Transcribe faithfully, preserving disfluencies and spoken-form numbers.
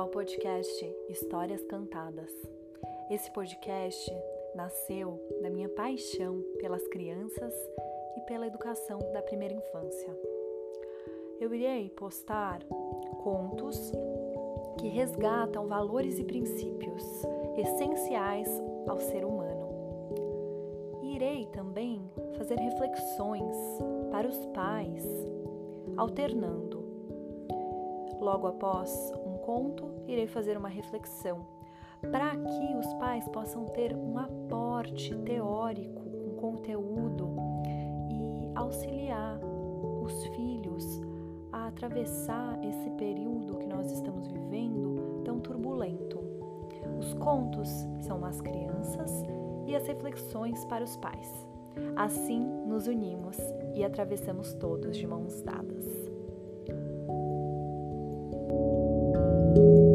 ao podcast Histórias Cantadas. Esse podcast nasceu da minha paixão pelas crianças e pela educação da primeira infância. Eu irei postar contos que resgatam valores e princípios essenciais ao ser humano. E irei também fazer reflexões para os pais, alternando. Logo após um conto, irei fazer uma reflexão para que os pais possam ter um aporte teórico com conteúdo e auxiliar os filhos a atravessar esse período que nós estamos vivendo tão turbulento. Os contos são as crianças e as reflexões para os pais. Assim nos unimos e atravessamos todos de mãos dadas.